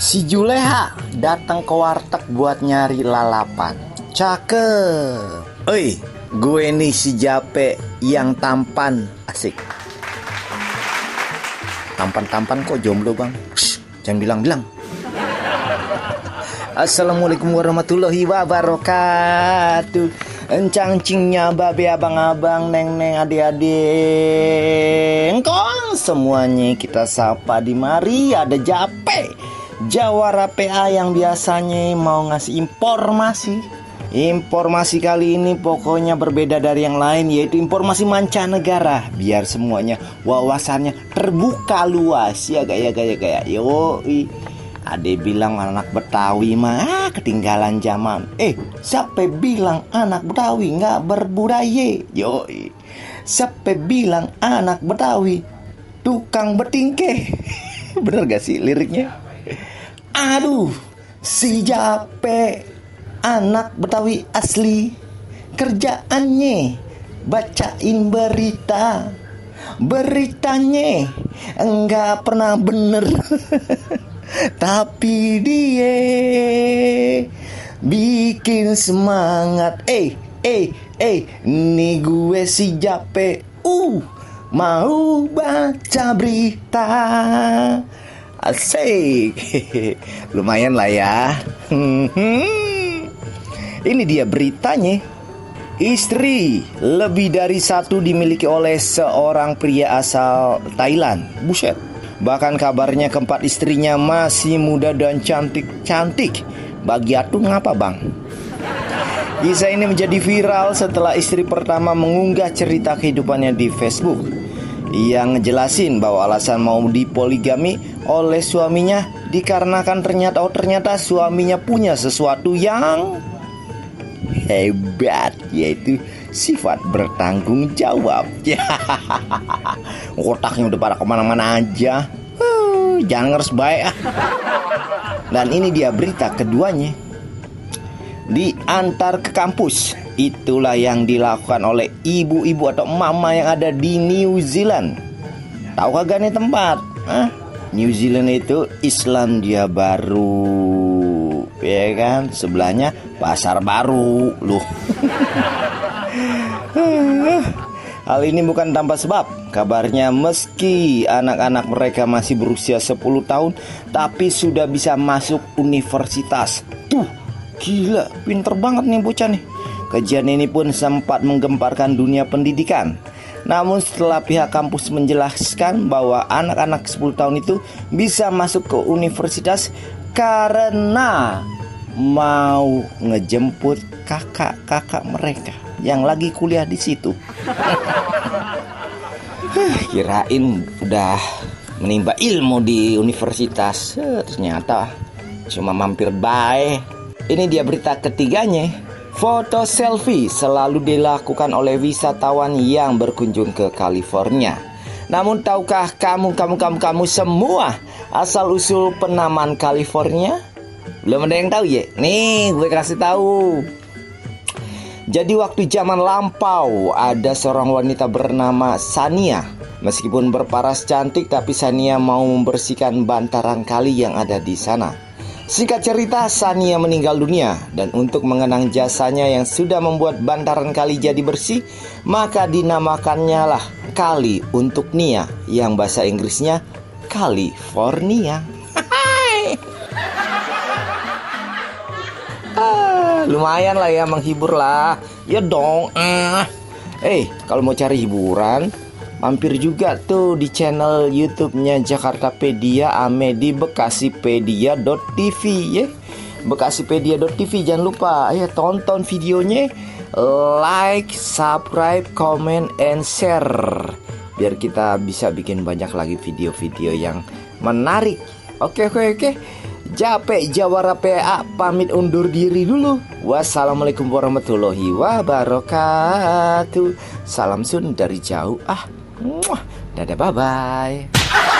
Si Juleha datang ke warteg buat nyari lalapan. Cakep. Oi, gue nih si Jape yang tampan. Asik. Tampan-tampan kok jomblo bang? Shh, jangan bilang-bilang. Assalamualaikum warahmatullahi wabarakatuh. Encang-cingnya babe abang-abang, neng-neng adik-adik, engkong semuanya kita sapa di mari. Ada Jape, jawara PA yang biasanya mau ngasih informasi. Informasi kali ini pokoknya berbeda dari yang lain, yaitu informasi mancanegara. Biar semuanya wawasannya terbuka luas. Ya gaya. Yoi. Ade bilang anak Betawi mah ketinggalan zaman. Siapa bilang anak Betawi nggak berbudaya? Yoi. Siapa bilang anak Betawi tukang betingke? Bener gak sih liriknya? Aduh, si Jape anak Betawi asli, kerjaannya bacain berita. Beritanya enggak pernah bener. Tapi dia bikin semangat. Nih gue si Jape mau baca berita. Asik. Lumayan lah ya. Ini dia beritanya. Istri lebih dari satu dimiliki oleh seorang pria asal Thailand. Buset. Bahkan kabarnya keempat istrinya masih muda dan cantik-cantik. Bagi atuh ngapa bang? Kisah ini menjadi viral setelah istri pertama mengunggah cerita kehidupannya di Facebook. Ia ngejelasin bahwa alasan mau dipoligami oleh suaminya dikarenakan ternyata suaminya punya sesuatu yang hebat, yaitu sifat bertanggung jawab. Otaknya udah pada kemana-mana aja. Jangan ngeres baik. Dan ini dia berita keduanya. Diantar ke kampus. Itulah yang dilakukan oleh ibu-ibu atau mama yang ada di New Zealand. Tahu kagak nih tempat? New Zealand itu Islandia Baru, ya kan? Sebelahnya Pasar Baru loh. Hal ini bukan tanpa sebab. Kabarnya meski anak-anak mereka masih berusia 10 tahun, tapi sudah bisa masuk universitas. Tuh, gila, pinter banget nih bocah nih. Kajian ini pun sempat menggemparkan dunia pendidikan. Namun setelah pihak kampus menjelaskan bahwa anak-anak 10 tahun itu bisa masuk ke universitas karena mau ngejemput kakak-kakak mereka yang lagi kuliah di situ. Kirain udah menimba ilmu di universitas, ternyata cuma mampir bae. Ini dia berita ketiganya. Foto selfie selalu dilakukan oleh wisatawan yang berkunjung ke California. Namun tahukah kamu semua asal-usul penamaan California? Belum ada yang tahu ya? Nih gue kasih tahu. Jadi waktu zaman lampau ada seorang wanita bernama Sania. Meskipun berparas cantik, tapi Sania mau membersihkan bantaran kali yang ada di sana. Singkat cerita, Sania meninggal dunia. Dan untuk mengenang jasanya yang sudah membuat bantaran kali jadi bersih, maka dinamakannya lah Kali untuk Nia, yang bahasa Inggrisnya California. Lumayan lah ya, menghibur lah. Ya dong. Kalau mau cari hiburan, mampir juga tuh di channel YouTube-nya Jakartapedia ame di bekasipedia.tv ya. Bekasipedia.tv, jangan lupa ya tonton videonya, like, subscribe, comment, and share biar kita bisa bikin banyak lagi video-video yang menarik. Oke. Jape Jawara PA pamit undur diri dulu. Wassalamualaikum warahmatullahi wabarakatuh. Salam sun dari jauh. Dadah, bye-bye.